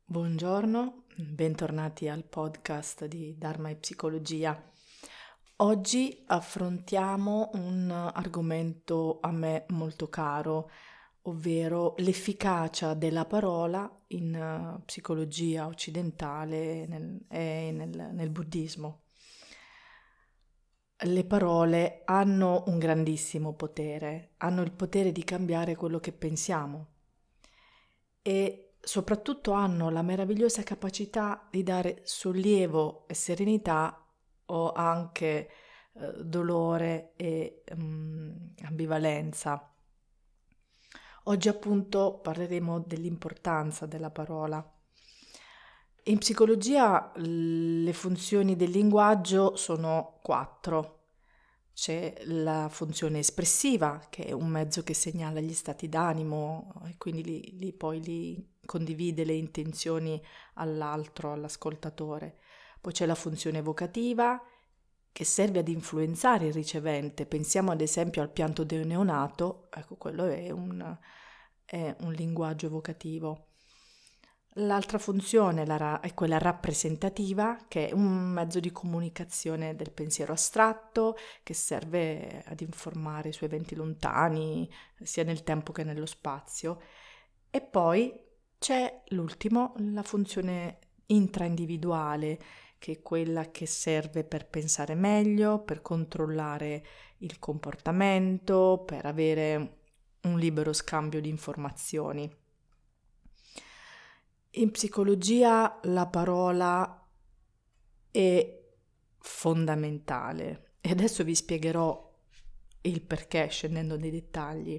Buongiorno, bentornati al podcast di Dharma e Psicologia. Oggi affrontiamo un argomento a me molto caro, ovvero l'efficacia della parola in psicologia occidentale e nel buddismo. Le parole hanno un grandissimo potere, hanno il potere di cambiare quello che pensiamo e soprattutto hanno la meravigliosa capacità di dare sollievo e serenità o anche dolore e ambivalenza. Oggi appunto parleremo dell'importanza della parola. In psicologia le funzioni del linguaggio sono 4. C'è la funzione espressiva, che è un mezzo che segnala gli stati d'animo e quindi poi condivide le intenzioni all'altro, all'ascoltatore. Poi c'è la funzione evocativa, che serve ad influenzare il ricevente. Pensiamo ad esempio al pianto del neonato, ecco, quello è un linguaggio evocativo. L'altra funzione è quella rappresentativa, che è un mezzo di comunicazione del pensiero astratto, che serve ad informare su eventi lontani, sia nel tempo che nello spazio. E poi c'è l'ultimo, la funzione intraindividuale, che è quella che serve per pensare meglio, per controllare il comportamento, per avere un libero scambio di informazioni. In psicologia la parola è fondamentale e adesso vi spiegherò il perché scendendo nei dettagli.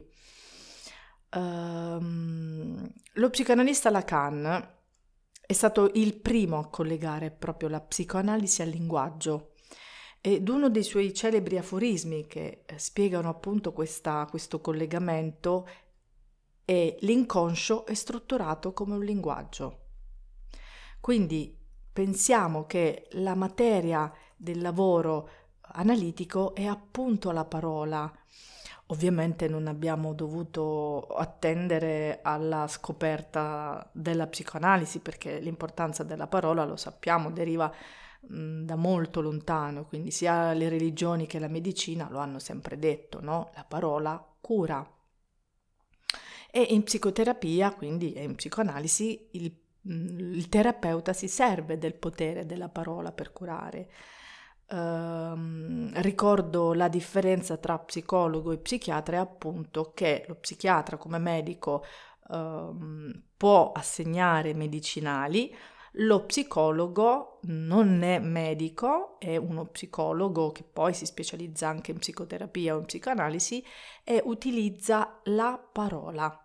Lo psicoanalista Lacan è stato il primo a collegare proprio la psicoanalisi al linguaggio ed uno dei suoi celebri aforismi che spiegano appunto questo collegamento è: l'inconscio è strutturato come un linguaggio. Quindi pensiamo che la materia del lavoro analitico è appunto la parola. Ovviamente non abbiamo dovuto attendere alla scoperta della psicoanalisi, perché l'importanza della parola, lo sappiamo, deriva da molto lontano, quindi sia le religioni che la medicina lo hanno sempre detto, no? La parola cura. E in psicoterapia, quindi e in psicoanalisi, il terapeuta si serve del potere della parola per curare. Ricordo la differenza tra psicologo e psichiatra è appunto che lo psichiatra come medico può assegnare medicinali, lo psicologo non è medico, è uno psicologo che poi si specializza anche in psicoterapia o in psicoanalisi e utilizza la parola.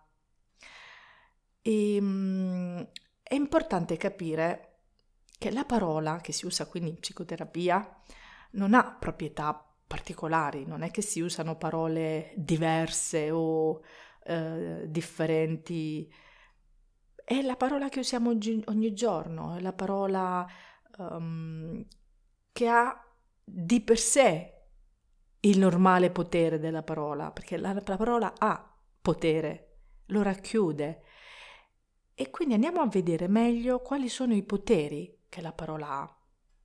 È importante capire che la parola che si usa quindi in psicoterapia non ha proprietà particolari, non è che si usano parole diverse o differenti. È la parola che usiamo ogni giorno, è la parola ehm, che ha di per sé il normale potere della parola, perché la parola ha potere, lo racchiude. E quindi andiamo a vedere meglio quali sono i poteri che la parola ha.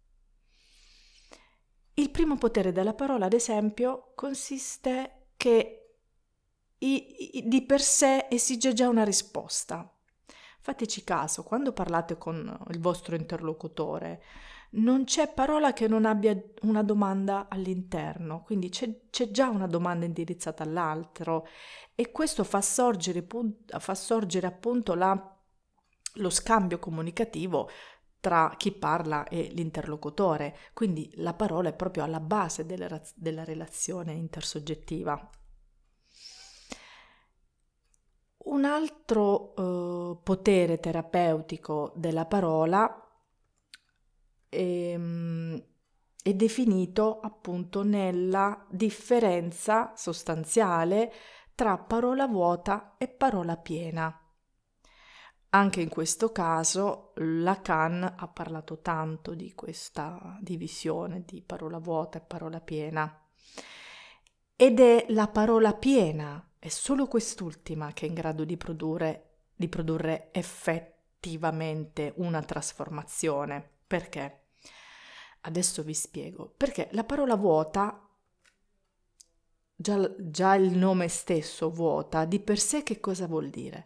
Il primo potere della parola, ad esempio, consiste che di per sé esige già una risposta. Fateci caso, quando parlate con il vostro interlocutore, non c'è parola che non abbia una domanda all'interno, quindi c'è già una domanda indirizzata all'altro e questo fa sorgere appunto lo scambio comunicativo tra chi parla e l'interlocutore, quindi la parola è proprio alla base della relazione intersoggettiva. Un altro potere terapeutico della parola è definito appunto nella differenza sostanziale tra parola vuota e parola piena. Anche in questo caso Lacan ha parlato tanto di questa divisione di parola vuota e parola piena. Ed è la parola piena, è solo quest'ultima che è in grado di produrre effetti attivamente una trasformazione. Perché? Adesso vi spiego. Perché la parola vuota, già il nome stesso vuota, di per sé che cosa vuol dire?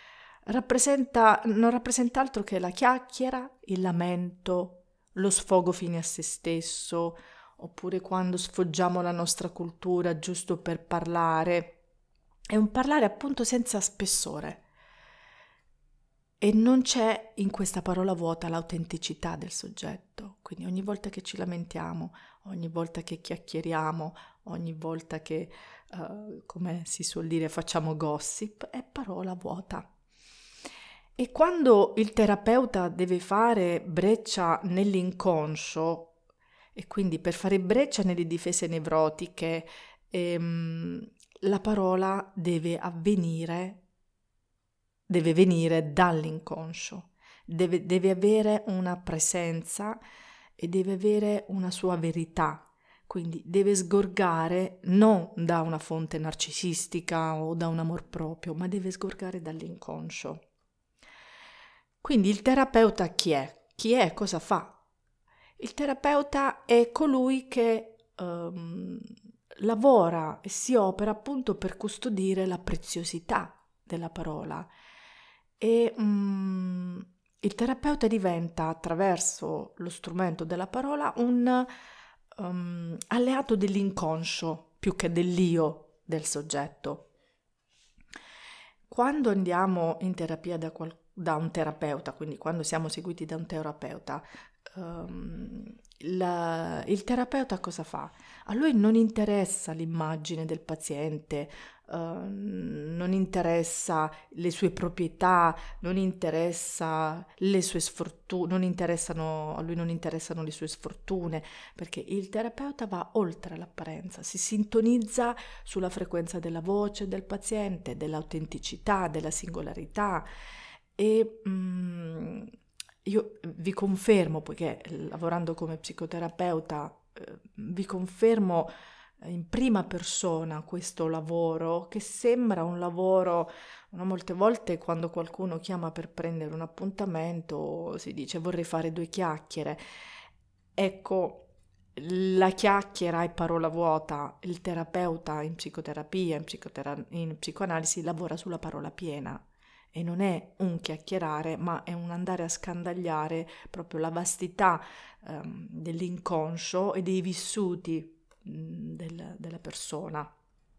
Non rappresenta altro che la chiacchiera, il lamento, lo sfogo fine a se stesso, oppure quando sfoggiamo la nostra cultura giusto per parlare. È un parlare appunto senza spessore. E non c'è in questa parola vuota l'autenticità del soggetto. Quindi ogni volta che ci lamentiamo, ogni volta che chiacchieriamo, ogni volta che, come si suol dire, facciamo gossip, è parola vuota. E quando il terapeuta deve fare breccia nell'inconscio, e quindi per fare breccia nelle difese nevrotiche, la parola deve venire dall'inconscio, deve avere una presenza e deve avere una sua verità. Quindi deve sgorgare non da una fonte narcisistica o da un amor proprio, ma deve sgorgare dall'inconscio. Quindi il terapeuta chi è? Chi è? Cosa fa? Il terapeuta è colui che lavora e si opera appunto per custodire la preziosità della parola e il terapeuta diventa attraverso lo strumento della parola un alleato dell'inconscio più che dell'io del soggetto. Quando andiamo in terapia da un terapeuta, quindi quando siamo seguiti da un terapeuta, il terapeuta cosa fa? A lui non interessa l'immagine del paziente, non interessa le sue proprietà, non interessa le sue sfortune, a lui non interessano le sue sfortune, perché il terapeuta va oltre l'apparenza, si sintonizza sulla frequenza della voce del paziente, dell'autenticità, della singolarità e io vi confermo, poiché lavorando come psicoterapeuta, vi confermo in prima persona questo lavoro che sembra un lavoro, no, molte volte quando qualcuno chiama per prendere un appuntamento si dice vorrei fare due chiacchiere. Ecco, la chiacchiera è parola vuota, il terapeuta in psicoterapia, in psicoanalisi lavora sulla parola piena e non è un chiacchierare, ma è un andare a scandagliare proprio la vastità dell'inconscio e dei vissuti della persona.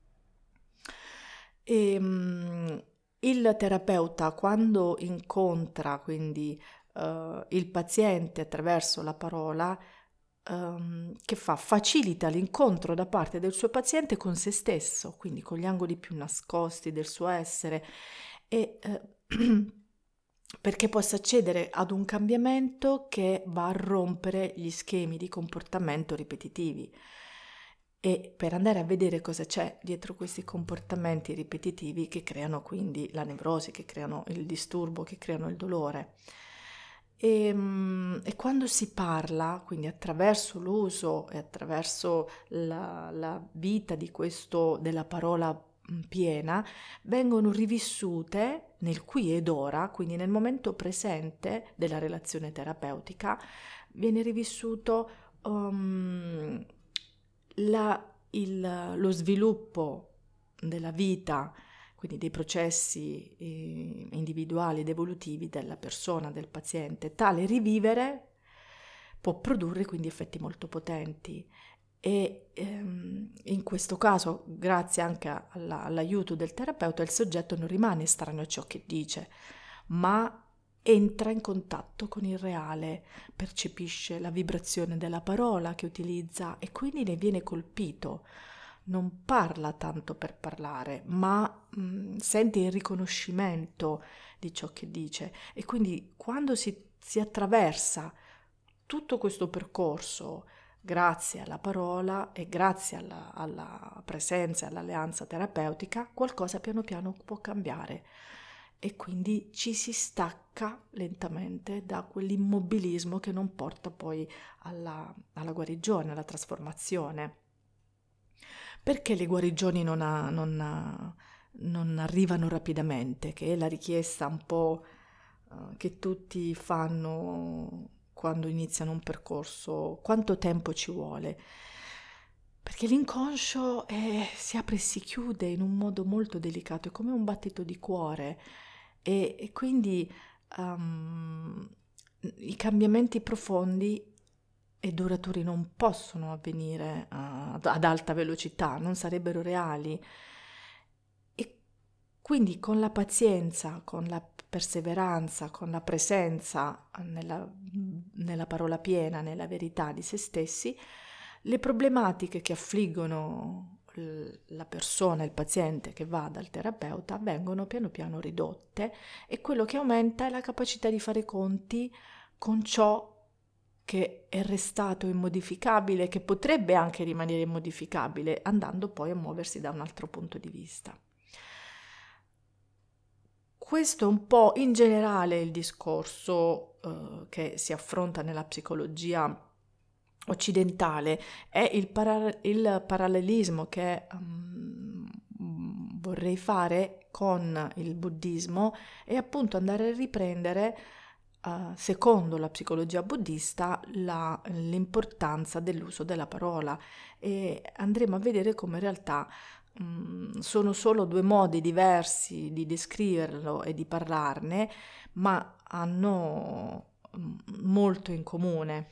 E, il terapeuta quando incontra quindi il paziente attraverso la parola, che fa? Facilita l'incontro da parte del suo paziente con se stesso, quindi con gli angoli più nascosti del suo essere e perché possa accedere ad un cambiamento che va a rompere gli schemi di comportamento ripetitivi e per andare a vedere cosa c'è dietro questi comportamenti ripetitivi che creano quindi la nevrosi, che creano il disturbo, che creano il dolore. E quando si parla, quindi attraverso l'uso e attraverso la vita di della parola piena, vengono rivissute nel qui ed ora, quindi nel momento presente della relazione terapeutica, viene rivissuto lo sviluppo della vita, quindi dei processi individuali ed evolutivi della persona, del paziente. Tale rivivere può produrre quindi effetti molto potenti e in questo caso, grazie anche all'aiuto del terapeuta, il soggetto non rimane estraneo a ciò che dice, ma entra in contatto con il reale, percepisce la vibrazione della parola che utilizza e quindi ne viene colpito. Non parla tanto per parlare, ma sente il riconoscimento di ciò che dice e quindi quando si attraversa tutto questo percorso grazie alla parola e grazie alla presenza e all'alleanza terapeutica, qualcosa piano piano può cambiare e quindi ci si stacca lentamente da quell'immobilismo che non porta poi alla guarigione, alla trasformazione. Perché le guarigioni non arrivano rapidamente? Che è la richiesta un po' che tutti fanno quando iniziano un percorso, quanto tempo ci vuole? Perché l'inconscio si apre e si chiude in un modo molto delicato, è come un battito di cuore e quindi um, i cambiamenti profondi e duraturi non possono avvenire ad alta velocità, non sarebbero reali. E quindi con la pazienza, con la perseveranza, con la presenza nella parola piena, nella verità di se stessi, le problematiche che affliggono la persona, il paziente che va dal terapeuta vengono piano piano ridotte e quello che aumenta è la capacità di fare conti con ciò che è restato immodificabile, che potrebbe anche rimanere immodificabile, andando poi a muoversi da un altro punto di vista. Questo è un po' in generale il discorso che si affronta nella psicologia occidentale, è il parallelismo che vorrei fare con il buddismo e appunto andare a riprendere, secondo la psicologia buddista, l'importanza dell'uso della parola e andremo a vedere come in realtà sono solo due modi diversi di descriverlo e di parlarne, ma hanno molto in comune.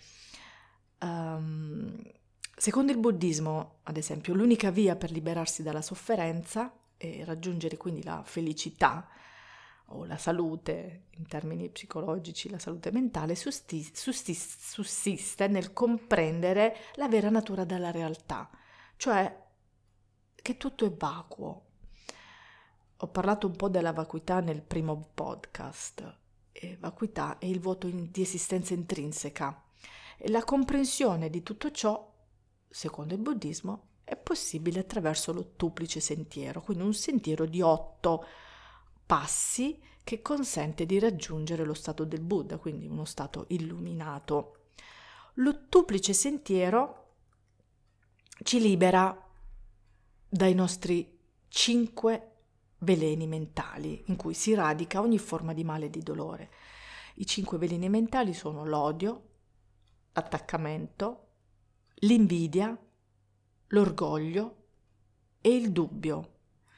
Um, Secondo il buddismo, ad esempio, l'unica via per liberarsi dalla sofferenza e raggiungere quindi la felicità o la salute, in termini psicologici, la salute mentale, sussiste nel comprendere la vera natura della realtà, cioè che tutto è vacuo. Ho parlato un po' della vacuità nel primo podcast. E vacuità è il vuoto di esistenza intrinseca. E la comprensione di tutto ciò, secondo il buddismo, è possibile attraverso l'ottuplice sentiero, quindi un sentiero di 8 passi che consente di raggiungere lo stato del Buddha, quindi uno stato illuminato. L'ottuplice sentiero ci libera dai nostri 5 veleni mentali in cui si radica ogni forma di male e di dolore. I 5 veleni mentali sono l'odio, l'attaccamento, l'invidia, l'orgoglio e il dubbio.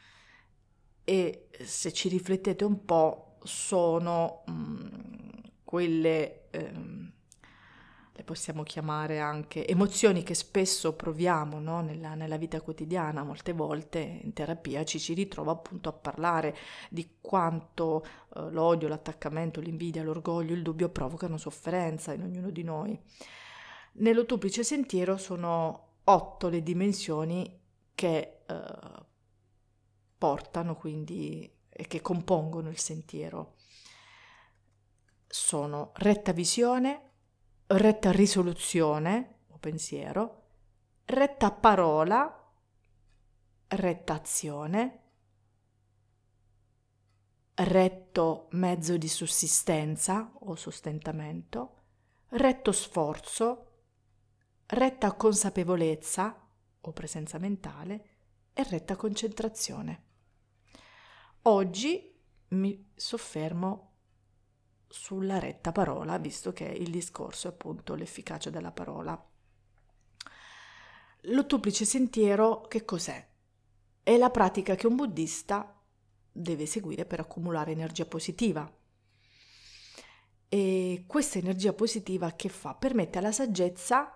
E se ci riflettete un po', sono quelle, le possiamo chiamare anche emozioni che spesso proviamo, no? nella vita quotidiana. Molte volte in terapia ci ritrovo appunto a parlare di quanto l'odio, l'attaccamento, l'invidia, l'orgoglio, il dubbio provocano sofferenza in ognuno di noi. Nell'ottuplice sentiero sono 8 le dimensioni che portano quindi e che compongono il sentiero. Sono retta visione, retta risoluzione o pensiero, retta parola, retta azione, retto mezzo di sussistenza o sostentamento, retto sforzo, retta consapevolezza o presenza mentale e retta concentrazione. Oggi mi soffermo sulla retta parola, visto che il discorso è appunto l'efficacia della parola. L'ottuplice sentiero che cos'è? È la pratica che un buddista deve seguire per accumulare energia positiva. E questa energia positiva che fa? Permette alla saggezza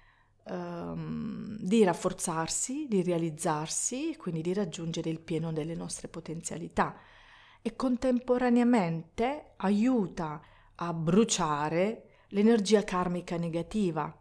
di rafforzarsi, di realizzarsi, quindi di raggiungere il pieno delle nostre potenzialità e contemporaneamente aiuta a bruciare l'energia karmica negativa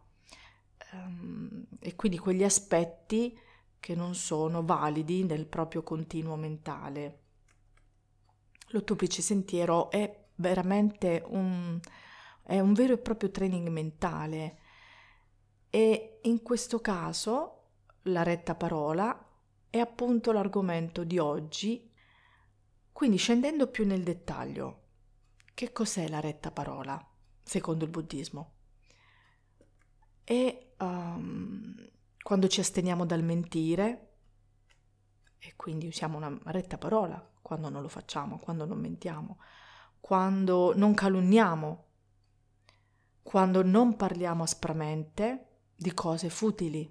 e quindi quegli aspetti che non sono validi nel proprio continuo mentale. L'ottuplice sentiero è veramente è un vero e proprio training mentale e in questo caso la retta parola è appunto l'argomento di oggi. Quindi scendendo più nel dettaglio, che cos'è la retta parola secondo il buddismo? È quando ci asteniamo dal mentire e quindi usiamo una retta parola quando non lo facciamo, quando non mentiamo, quando non calunniamo, quando non parliamo aspramente di cose futili.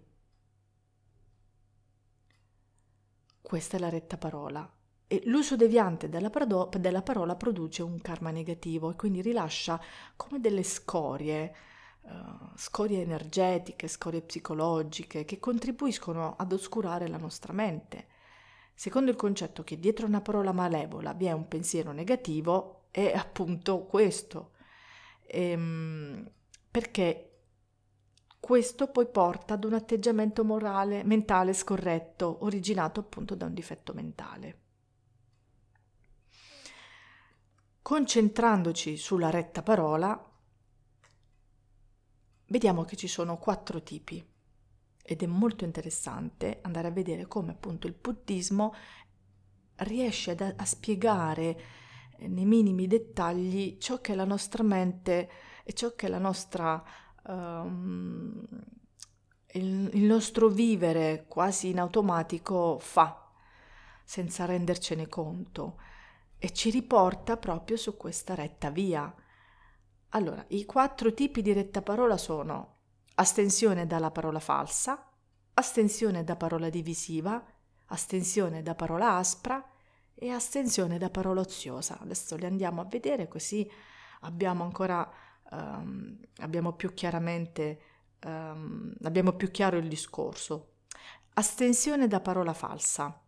Questa è la retta parola. E l'uso deviante della parola produce un karma negativo e quindi rilascia come delle scorie, scorie energetiche, scorie psicologiche che contribuiscono ad oscurare la nostra mente. Secondo il concetto che dietro una parola malevola vi è un pensiero negativo, è appunto questo. Perché questo poi porta ad un atteggiamento mentale scorretto, originato appunto da un difetto mentale. Concentrandoci sulla retta parola, vediamo che ci sono 4 tipi ed è molto interessante andare a vedere come appunto il buddismo riesce a spiegare nei minimi dettagli ciò che la nostra mente e ciò che la nostra il nostro vivere quasi in automatico fa senza rendercene conto e ci riporta proprio su questa retta via. Allora, i 4 tipi di retta parola sono astensione dalla parola falsa, astensione da parola divisiva, astensione da parola aspra e astensione da parola oziosa. Adesso li andiamo a vedere così abbiamo ancora abbiamo più chiaramente abbiamo più chiaro il discorso. Astensione da parola falsa.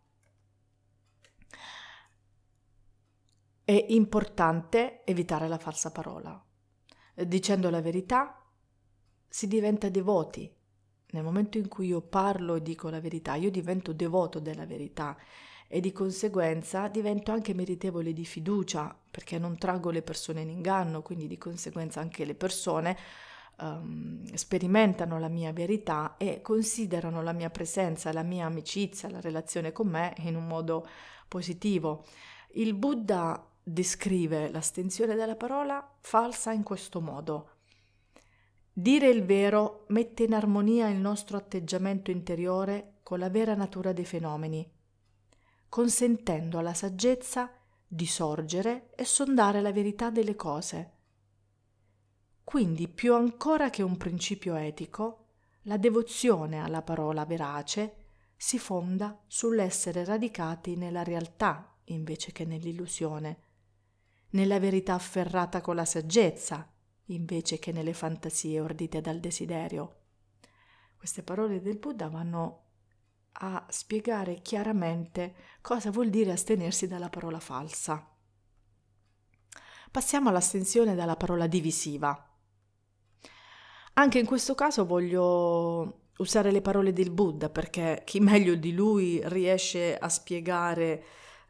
È importante evitare la falsa parola. Dicendo la verità si diventa devoti. Nel momento in cui io parlo e dico la verità, io divento devoto della verità e di conseguenza divento anche meritevole di fiducia perché non traggo le persone in inganno, quindi di conseguenza anche le persone sperimentano la mia verità e considerano la mia presenza, la mia amicizia, la relazione con me in un modo positivo. Il Buddha descrive l'astensione della parola falsa in questo modo. Dire il vero mette in armonia il nostro atteggiamento interiore con la vera natura dei fenomeni, consentendo alla saggezza di sorgere e sondare la verità delle cose. Quindi, più ancora che un principio etico, la devozione alla parola verace si fonda sull'essere radicati nella realtà invece che nell'illusione, nella verità afferrata con la saggezza invece che nelle fantasie ordite dal desiderio. Queste parole del Buddha vanno a spiegare chiaramente cosa vuol dire astenersi dalla parola falsa. Passiamo all'astensione dalla parola divisiva. Anche in questo caso voglio usare le parole del Buddha perché chi meglio di lui riesce a spiegare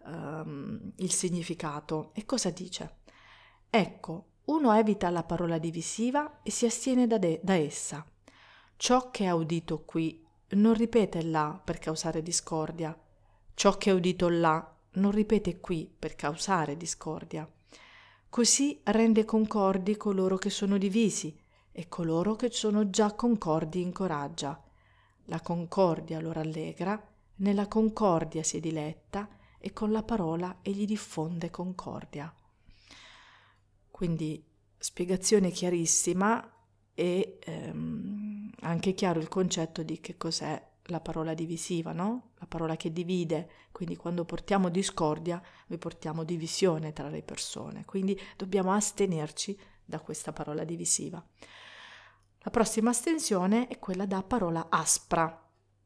il significato. E cosa dice? Ecco, uno evita la parola divisiva e si astiene da essa. Ciò che è udito qui non ripete là per causare discordia. Ciò che è udito là non ripete qui per causare discordia. Così rende concordi coloro che sono divisi e coloro che sono già concordi incoraggia. La concordia lo rallegra, nella concordia si diletta e con la parola egli diffonde concordia. Quindi spiegazione chiarissima e anche chiaro il concetto di che cos'è la parola divisiva, no? La parola che divide, quindi quando portiamo discordia, noi portiamo divisione tra le persone, quindi dobbiamo astenerci da questa parola divisiva. La prossima astensione è quella da parola aspra.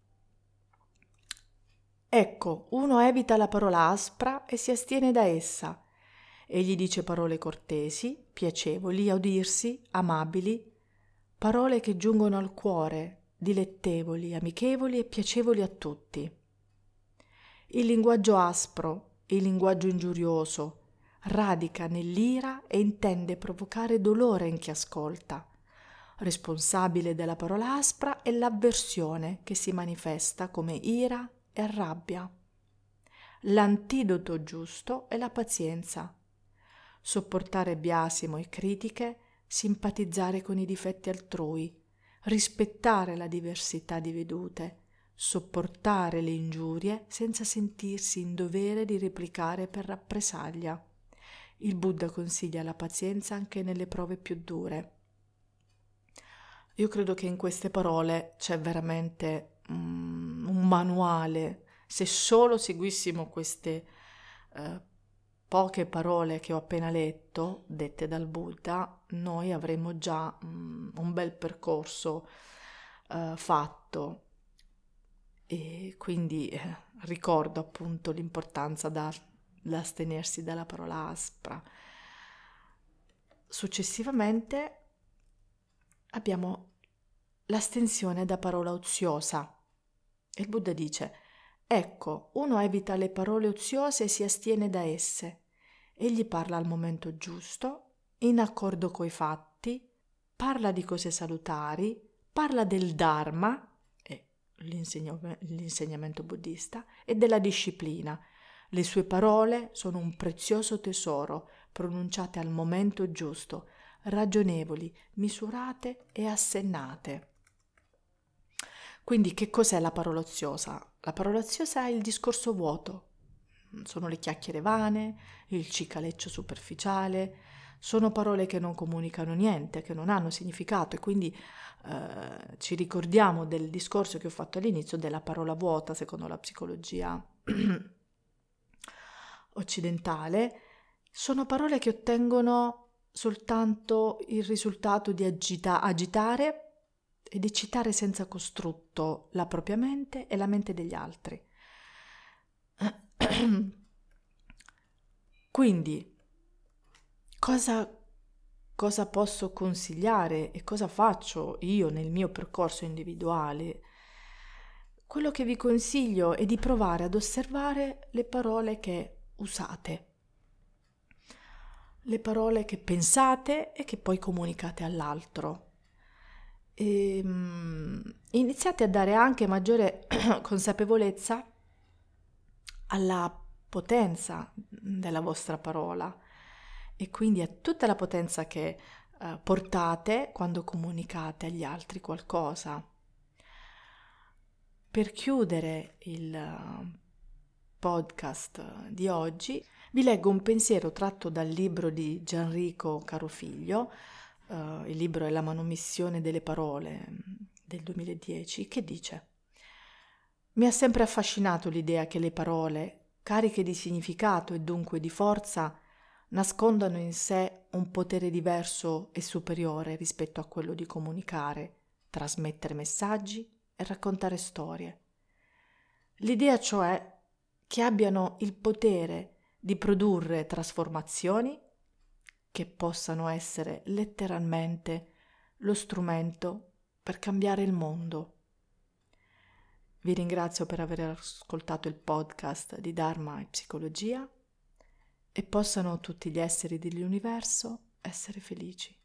Ecco, uno evita la parola aspra e si astiene da essa. Egli dice parole cortesi, piacevoli a udirsi, amabili, parole che giungono al cuore, dilettevoli, amichevoli e piacevoli a tutti. Il linguaggio aspro, il linguaggio ingiurioso, radica nell'ira e intende provocare dolore in chi ascolta. Responsabile della parola aspra è l'avversione che si manifesta come ira e rabbia. L'antidoto giusto è la pazienza. Sopportare biasimo e critiche, simpatizzare con i difetti altrui, rispettare la diversità di vedute, sopportare le ingiurie senza sentirsi in dovere di replicare per rappresaglia. Il Buddha consiglia la pazienza anche nelle prove più dure. Io credo che in queste parole c'è veramente un manuale. Se solo seguissimo queste eh, poche parole che ho appena letto, dette dal Buddha, noi avremmo già un bel percorso fatto. E quindi ricordo appunto l'importanza da astenersi dalla parola aspra. Successivamente abbiamo l'astensione da parola oziosa. E il Buddha dice: ecco, uno evita le parole oziose e si astiene da esse. Egli parla al momento giusto, in accordo coi fatti, parla di cose salutari, parla del Dharma, l'insegnamento buddista, e della disciplina. Le sue parole sono un prezioso tesoro, pronunciate al momento giusto, ragionevoli, misurate e assennate. Quindi che cos'è la parola oziosa? La parola oziosa è il discorso vuoto, sono le chiacchiere vane, il cicaleccio superficiale, sono parole che non comunicano niente, che non hanno significato, e quindi ci ricordiamo del discorso che ho fatto all'inizio della parola vuota, secondo la psicologia occidentale. Sono parole che ottengono soltanto il risultato di agitare ed eccitare senza costrutto la propria mente e la mente degli altri. Quindi, cosa posso consigliare e cosa faccio io nel mio percorso individuale? Quello che vi consiglio è di provare ad osservare le parole che usate, le parole che pensate e che poi comunicate all'altro. Iniziate a dare anche maggiore consapevolezza alla potenza della vostra parola e quindi a tutta la potenza che portate quando comunicate agli altri qualcosa. Per chiudere il podcast di oggi, vi leggo un pensiero tratto dal libro di Gianrico Carofiglio, il libro è La manomissione delle parole del 2010, che dice: mi ha sempre affascinato l'idea che le parole, cariche di significato e dunque di forza, nascondano in sé un potere diverso e superiore rispetto a quello di comunicare, trasmettere messaggi e raccontare storie. L'idea cioè che abbiano il potere di produrre trasformazioni che possano essere letteralmente lo strumento per cambiare il mondo. Vi ringrazio per aver ascoltato il podcast di Dharma e Psicologia e possano tutti gli esseri dell'universo essere felici.